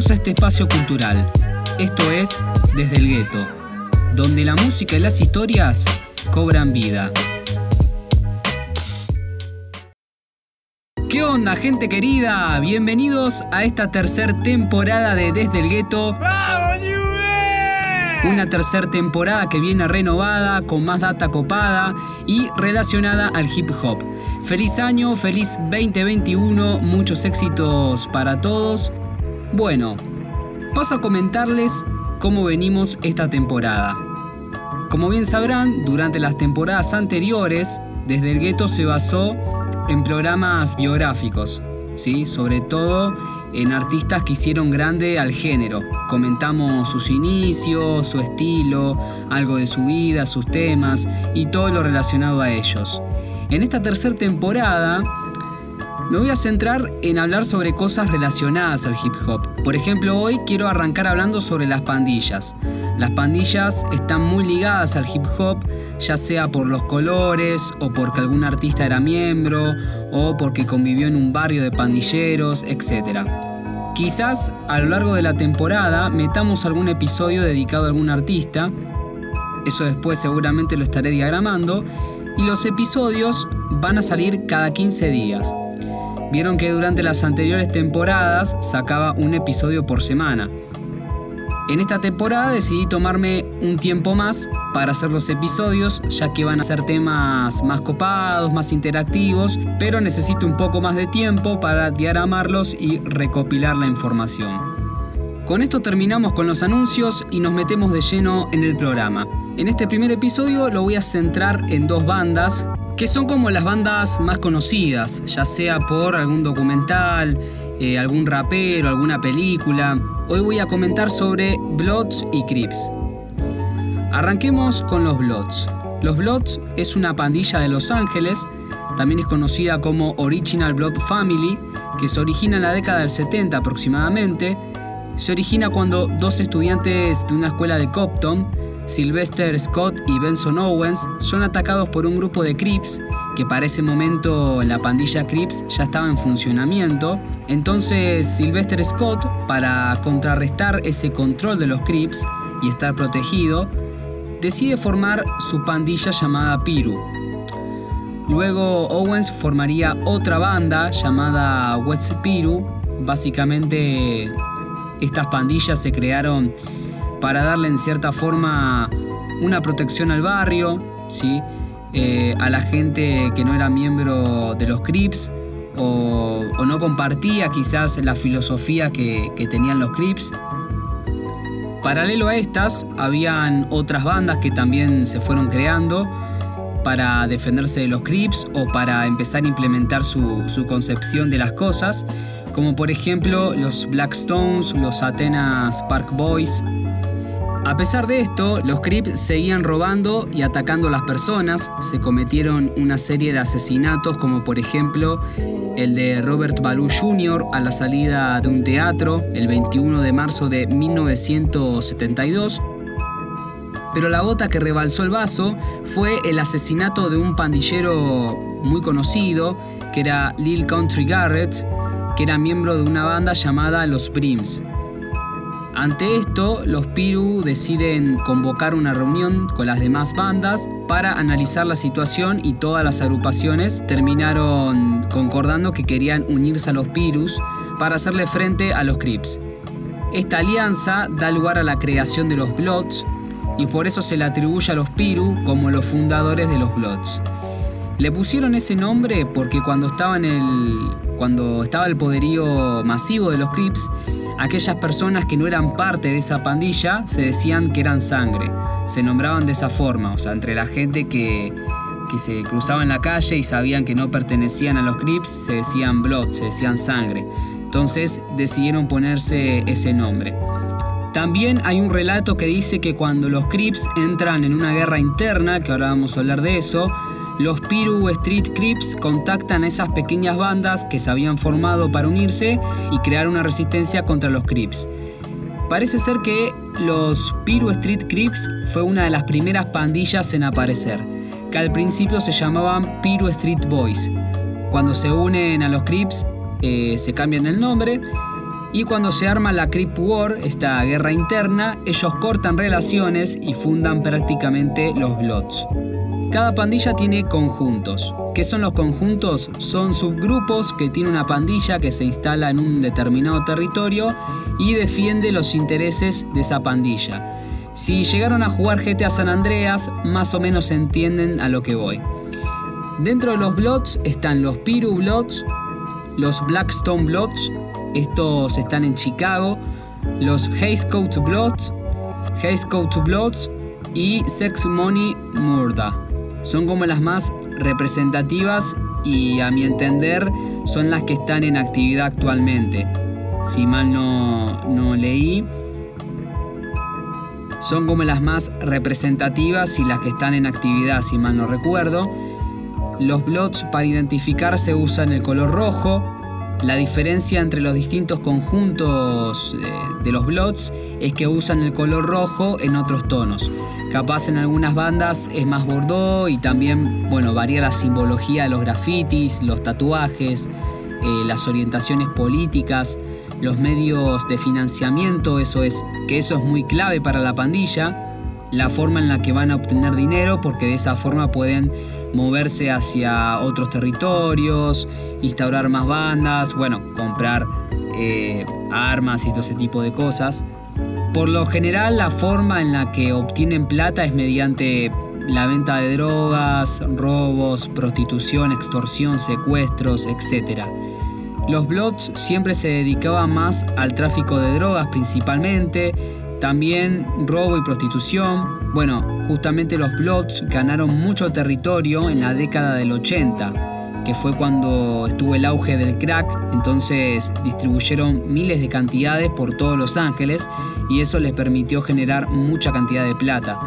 Bienvenidos a este espacio cultural. Esto es Desde el Gueto, donde la música y las historias cobran vida. ¿Qué onda, gente querida? Bienvenidos a esta tercera temporada de Desde el Gueto. Una tercera temporada que viene renovada, con más data copada y relacionada al hip hop. Feliz año, feliz 2021, muchos éxitos para todos. Bueno, paso a comentarles cómo venimos esta temporada. Como bien sabrán, durante las temporadas anteriores, Desde el Gueto se basó en programas biográficos, ¿sí? Sobre todo en artistas que hicieron grande al género. Comentamos sus inicios, su estilo, algo de su vida, sus temas y todo lo relacionado a ellos. En esta tercera temporada me voy a centrar en hablar sobre cosas relacionadas al hip hop. Por ejemplo, hoy quiero arrancar hablando sobre las pandillas. Las pandillas están muy ligadas al hip hop, ya sea por los colores, o porque algún artista era miembro, o porque convivió en un barrio de pandilleros, etc. Quizás a lo largo de la temporada metamos algún episodio dedicado a algún artista. Eso después seguramente lo estaré diagramando. Y los episodios van a salir cada 15 días. Vieron que durante las anteriores temporadas sacaba un episodio por semana. En esta temporada decidí tomarme un tiempo más para hacer los episodios, ya que van a ser temas más copados, más interactivos, pero necesito un poco más de tiempo para diagramarlos y recopilar la información. Con esto terminamos con los anuncios y nos metemos de lleno en el programa. En este primer episodio lo voy a centrar en dos bandas que son como las bandas más conocidas, ya sea por algún documental, algún rapero, alguna película. Hoy voy a comentar sobre Bloods y Crips. Arranquemos con los Bloods. Los Bloods es una pandilla de Los Ángeles, también es conocida como Original Blood Family, que se origina en la década del 70 aproximadamente. Se origina cuando dos estudiantes de una escuela de Compton, Sylvester Scott y Benson Owens, son atacados por un grupo de Crips, que para ese momento la pandilla Crips ya estaba en funcionamiento. Entonces Sylvester Scott, para contrarrestar ese control de los Crips y estar protegido, decide formar su pandilla llamada Piru. Luego Owens formaría otra banda llamada West Piru. Básicamente estas pandillas se crearon para darle en cierta forma una protección al barrio, ¿sí? A la gente que no era miembro de los Crips o no compartía quizás la filosofía que tenían los Crips. Paralelo a estas, habían otras bandas que también se fueron creando para defenderse de los Crips o para empezar a implementar su concepción de las cosas, como por ejemplo los Blackstones, los Atenas Park Boys. A pesar de esto, los Crips seguían robando y atacando a las personas. Se cometieron una serie de asesinatos, como por ejemplo el de Robert Ballou Jr. a la salida de un teatro el 21 de marzo de 1972. Pero la gota que rebalsó el vaso fue el asesinato de un pandillero muy conocido, que era Lil Country Garrett, que era miembro de una banda llamada Los Brims. Ante esto, los Piru deciden convocar una reunión con las demás bandas para analizar la situación, y todas las agrupaciones terminaron concordando que querían unirse a los Pirus para hacerle frente a los Crips. Esta alianza da lugar a la creación de los Bloods, y por eso se le atribuye a los Piru como los fundadores de los Bloods. Le pusieron ese nombre porque cuando estaba el poderío masivo de los Crips, aquellas personas que no eran parte de esa pandilla se decían que eran sangre. Se nombraban de esa forma, o sea, entre la gente que se cruzaba en la calle y sabían que no pertenecían a los Crips, se decían Blood, se decían sangre. Entonces decidieron ponerse ese nombre. También hay un relato que dice que cuando los Crips entran en una guerra interna, que ahora vamos a hablar de eso, los Piru Street Crips contactan a esas pequeñas bandas que se habían formado para unirse y crear una resistencia contra los Crips. Parece ser que los Piru Street Crips fue una de las primeras pandillas en aparecer, que al principio se llamaban Piru Street Boys. Cuando se unen a los Crips se cambian el nombre Y cuando se arma la Crip War, esta guerra interna, ellos cortan relaciones y fundan prácticamente los Bloods. Cada pandilla tiene conjuntos. ¿Qué son los conjuntos? Son subgrupos que tiene una pandilla que se instala en un determinado territorio y defiende los intereses de esa pandilla. Si llegaron a jugar GTA San Andreas, más o menos entienden a lo que voy. Dentro de los Bloods están los Piru Bloods, los Blackstone Bloods, estos están en Chicago, los Hays Coat Bloods y Sex Money Murder. Son como las más representativas y, a mi entender, son las que están en actividad actualmente. Si mal no leí, son como las más representativas y las que están en actividad, si mal no recuerdo. Los Bloods para identificarse usan el color rojo. La diferencia entre los distintos conjuntos de los Bloods es que usan el color rojo en otros tonos. Capaz en algunas bandas es más bordó y también, varía la simbología de los grafitis, los tatuajes, las orientaciones políticas, los medios de financiamiento, eso es muy clave para la pandilla, la forma en la que van a obtener dinero, porque de esa forma pueden moverse hacia otros territorios, instaurar más bandas, comprar armas y todo ese tipo de cosas. Por lo general, la forma en la que obtienen plata es mediante la venta de drogas, robos, prostitución, extorsión, secuestros, etc. Los Bloods siempre se dedicaban más al tráfico de drogas principalmente, también robo y prostitución. Justamente los Bloods ganaron mucho territorio en la década del 80, que fue cuando estuvo el auge del crack. Entonces distribuyeron miles de cantidades por todo Los Ángeles y eso les permitió generar mucha cantidad de plata.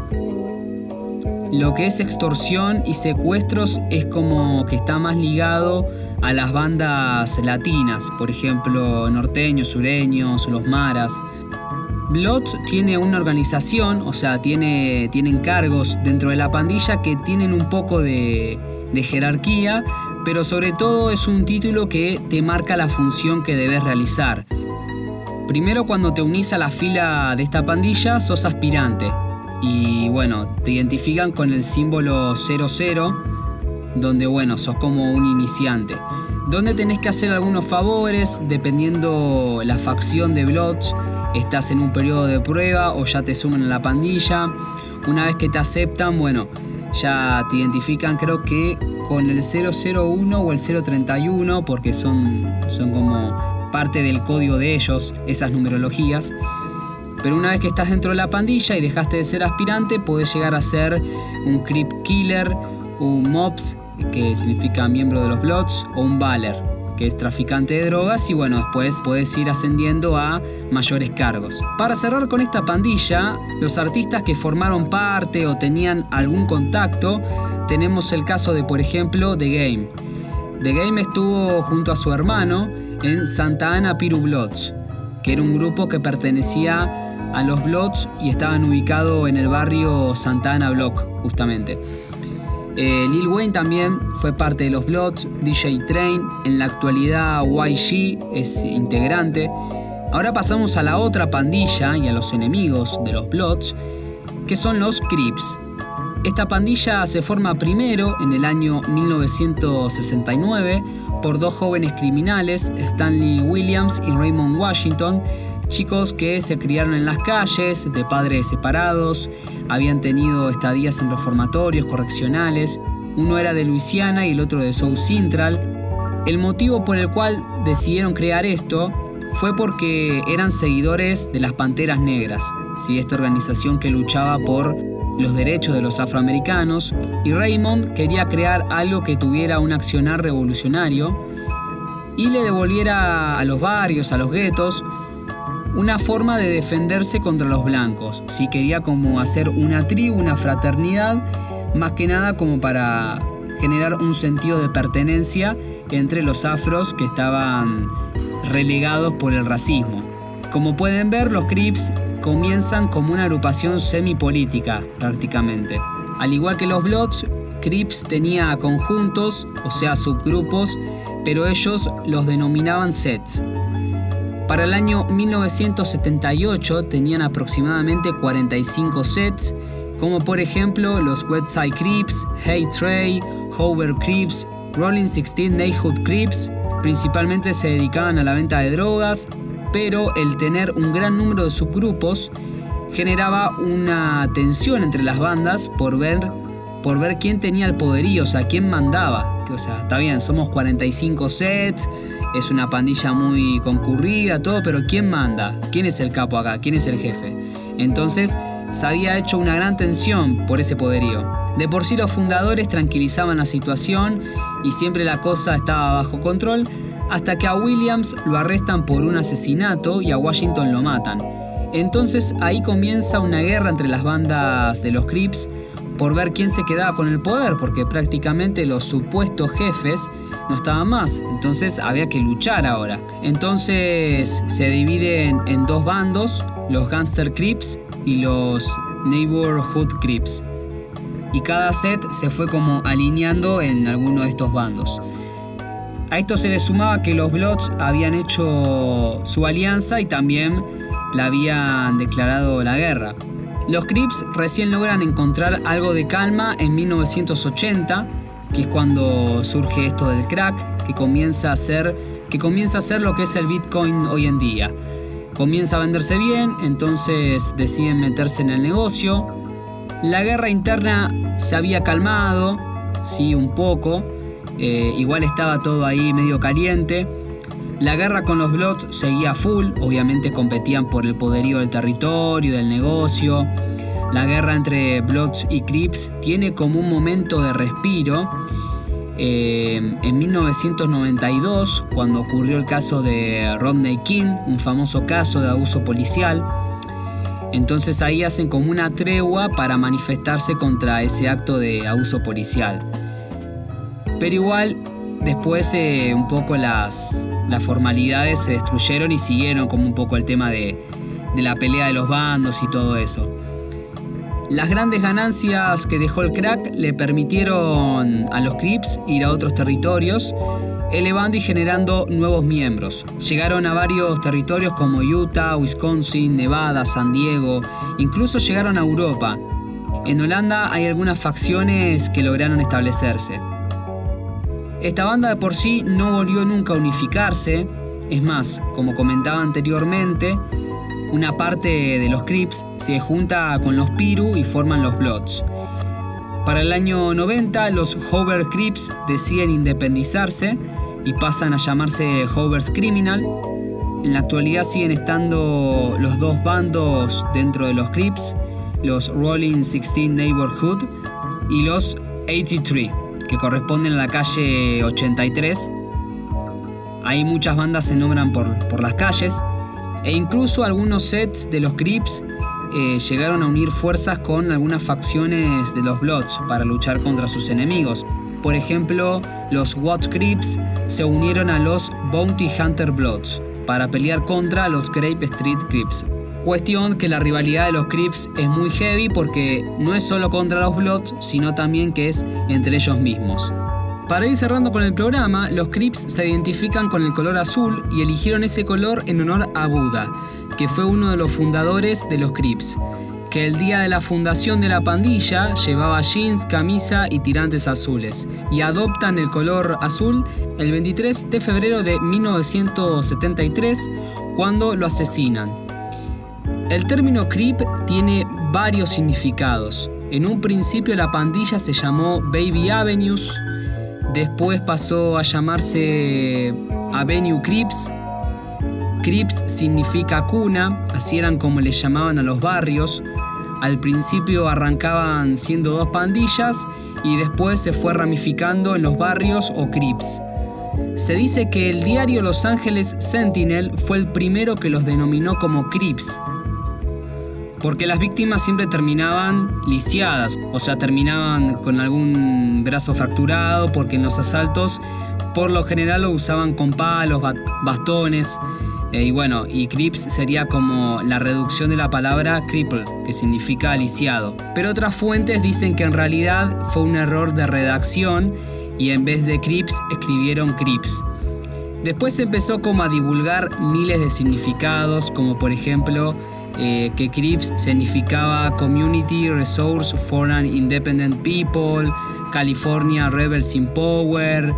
Lo que es extorsión y secuestros es como que está más ligado a las bandas latinas, por ejemplo norteños, sureños, los maras. Bloods tiene una organización, tienen cargos dentro de la pandilla que tienen un poco de jerarquía, pero sobre todo es un título que te marca la función que debes realizar. Primero, cuando te unís a la fila de esta pandilla, sos aspirante y te identifican con el símbolo 00, donde sos como un iniciante, donde tenés que hacer algunos favores dependiendo la facción de Bloods. Estás en un periodo de prueba o ya te suman a la pandilla. Una vez que te aceptan, ya te identifican, creo que con el 001 o el 031, porque son como parte del código de ellos, esas numerologías. Pero una vez que estás dentro de la pandilla y dejaste de ser aspirante, podés llegar a ser un Crip Killer, un Mops, que significa miembro de los Bloods, o un Baller, que es traficante de drogas, y después podés ir ascendiendo a mayores cargos. Para cerrar con esta pandilla, los artistas que formaron parte o tenían algún contacto, tenemos el caso de, por ejemplo, The Game. The Game estuvo junto a su hermano en Santa Ana Piru Bloods, que era un grupo que pertenecía a los Bloods y estaban ubicados en el barrio Santa Ana Block, justamente. Lil Wayne también fue parte de los Bloods, DJ Train, en la actualidad YG es integrante. Ahora pasamos a la otra pandilla y a los enemigos de los Bloods, que son los Crips. Esta pandilla se forma primero en el año 1969 por dos jóvenes criminales, Stanley Williams y Raymond Washington, chicos que se criaron en las calles, de padres separados, habían tenido estadías en reformatorios, correccionales. Uno era de Luisiana y el otro de South Central. El motivo por el cual decidieron crear esto fue porque eran seguidores de las Panteras Negras, ¿sí? Esta organización que luchaba por los derechos de los afroamericanos, y Raymond quería crear algo que tuviera un accionar revolucionario y le devolviera a los barrios, a los guetos, una forma de defenderse contra los blancos. Sí, quería como hacer una tribu, una fraternidad, más que nada como para generar un sentido de pertenencia entre los afros que estaban relegados por el racismo. Como pueden ver, los Crips comienzan como una agrupación semipolítica prácticamente. Al igual que los Bloods, Crips tenía conjuntos, subgrupos, pero ellos los denominaban sets. Para el año 1978 tenían aproximadamente 45 sets, como por ejemplo los Westside Crips, Hey Trey, Hoover Crips, Rolling 16 Neighborhood Crips. Principalmente se dedicaban a la venta de drogas, pero el tener un gran número de subgrupos generaba una tensión entre las bandas por ver quién tenía el poderío, o sea, quién mandaba. O sea, está bien, somos 45 sets, es una pandilla muy concurrida, todo, pero ¿quién manda? ¿Quién es el capo acá? ¿Quién es el jefe? Entonces se había hecho una gran tensión por ese poderío. De por sí los fundadores tranquilizaban la situación y siempre la cosa estaba bajo control, hasta que a Williams lo arrestan por un asesinato y a Washington lo matan. Entonces ahí comienza una guerra entre las bandas de los Crips por ver quién se quedaba con el poder, porque prácticamente los supuestos jefes no estaban más, entonces había que luchar ahora. Entonces se dividen en dos bandos, los Gangster Crips y los Neighborhood Crips. Y cada set se fue como alineando en alguno de estos bandos. A esto se le sumaba que los Bloods habían hecho su alianza y también le habían declarado la guerra. Los Crips recién logran encontrar algo de calma en 1980, que es cuando surge esto del crack, que comienza a ser lo que es el Bitcoin hoy en día. Comienza a venderse bien, entonces deciden meterse en el negocio. La guerra interna se había calmado, sí, un poco. Igual estaba todo ahí medio caliente. La guerra con los Bloods seguía full, obviamente competían por el poderío del territorio, del negocio. La guerra entre Bloods y Crips tiene como un momento de respiro en 1992, cuando ocurrió el caso de Rodney King, un famoso caso de abuso policial. Entonces ahí hacen como una tregua para manifestarse contra ese acto de abuso policial. Pero igual, después un poco las formalidades se destruyeron y siguieron como un poco el tema de la pelea de los bandos y todo eso. Las grandes ganancias que dejó el crack le permitieron a los Crips ir a otros territorios, elevando y generando nuevos miembros. Llegaron a varios territorios como Utah, Wisconsin, Nevada, San Diego, incluso llegaron a Europa. En Holanda hay algunas facciones que lograron establecerse. Esta banda de por sí no volvió nunca a unificarse, es más, como comentaba anteriormente, una parte de los Crips se junta con los Piru y forman los Bloods. Para el año 90 los Hoover Crips deciden independizarse y pasan a llamarse Hoover's Criminal. En la actualidad siguen estando los dos bandos dentro de los Crips, los Rolling 16 Neighborhood y los 83, que corresponden a la calle 83. Ahí muchas bandas se nombran por las calles, e incluso algunos sets de los Crips llegaron a unir fuerzas con algunas facciones de los Bloods para luchar contra sus enemigos. Por ejemplo, los Watts Crips se unieron a los Bounty Hunter Bloods para pelear contra los Grape Street Crips. Cuestión que la rivalidad de los Crips es muy heavy porque no es solo contra los Bloods, sino también que es entre ellos mismos. Para ir cerrando con el programa, los Crips se identifican con el color azul y eligieron ese color en honor a Buddha, que fue uno de los fundadores de los Crips, que el día de la fundación de la pandilla llevaba jeans, camisa y tirantes azules, y adoptan el color azul el 23 de febrero de 1973, cuando lo asesinan. El término Crip tiene varios significados. En un principio la pandilla se llamó Baby Avenues, después pasó a llamarse Avenue Crips. Crips significa cuna, así eran como les llamaban a los barrios. Al principio arrancaban siendo dos pandillas y después se fue ramificando en los barrios o Crips. Se dice que el diario Los Angeles Sentinel fue el primero que los denominó como Crips, porque las víctimas siempre terminaban lisiadas, o sea, terminaban con algún brazo fracturado, porque en los asaltos por lo general lo usaban con palos, bastones, y Crips sería como la reducción de la palabra cripple, que significa lisiado. Pero otras fuentes dicen que en realidad fue un error de redacción y en vez de Crips escribieron Crips. Después se empezó como a divulgar miles de significados, como por ejemplo que Crips significaba Community Resource for an Independent People, California Rebels in Power,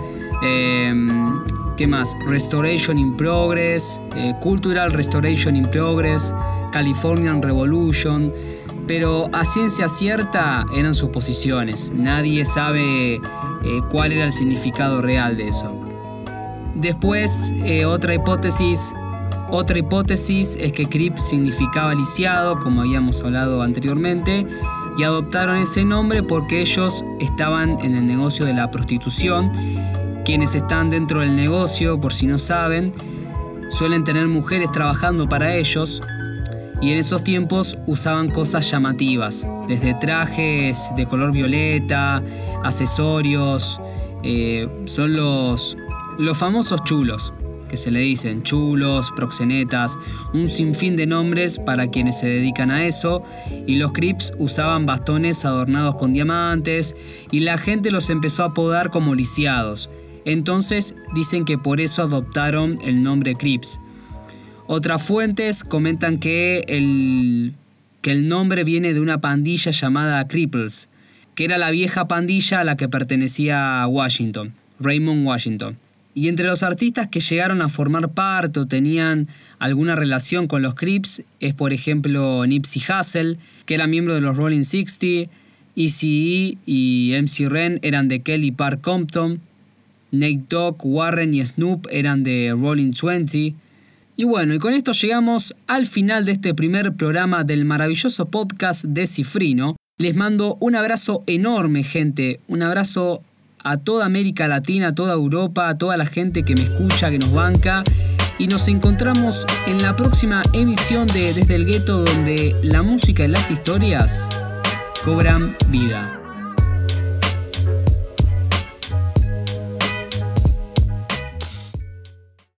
¿qué más? Restoration in Progress, Cultural Restoration in Progress, Californian Revolution, pero a ciencia cierta eran suposiciones, nadie sabe cuál era el significado real de eso. Después, otra hipótesis es que Crips significaba lisiado, como habíamos hablado anteriormente, y adoptaron ese nombre porque ellos estaban en el negocio de la prostitución. Quienes están dentro del negocio, por si no saben, suelen tener mujeres trabajando para ellos, y en esos tiempos usaban cosas llamativas, desde trajes de color violeta, accesorios, son los famosos chulos, que se le dicen chulos, proxenetas, un sinfín de nombres para quienes se dedican a eso, y los Crips usaban bastones adornados con diamantes y la gente los empezó a apodar como lisiados. Entonces dicen que por eso adoptaron el nombre Crips. Otras fuentes comentan que el nombre viene de una pandilla llamada Cripples, que era la vieja pandilla a la que pertenecía Washington, Raymond Washington. Y entre los artistas que llegaron a formar parte o tenían alguna relación con los Crips es, por ejemplo, Nipsey Hussle, que era miembro de los Rolling 60, Eazy-E y MC Ren eran de Kelly Park Compton, Nate Dogg, Warren y Snoop eran de Rolling 20. Y bueno, y con esto llegamos al final de este primer programa del maravilloso podcast de Cifrino. Les mando un abrazo enorme, gente, un abrazo a toda América Latina, a toda Europa, a toda la gente que me escucha, que nos banca. Y nos encontramos en la próxima emisión de Desde el Gueto, donde la música y las historias cobran vida.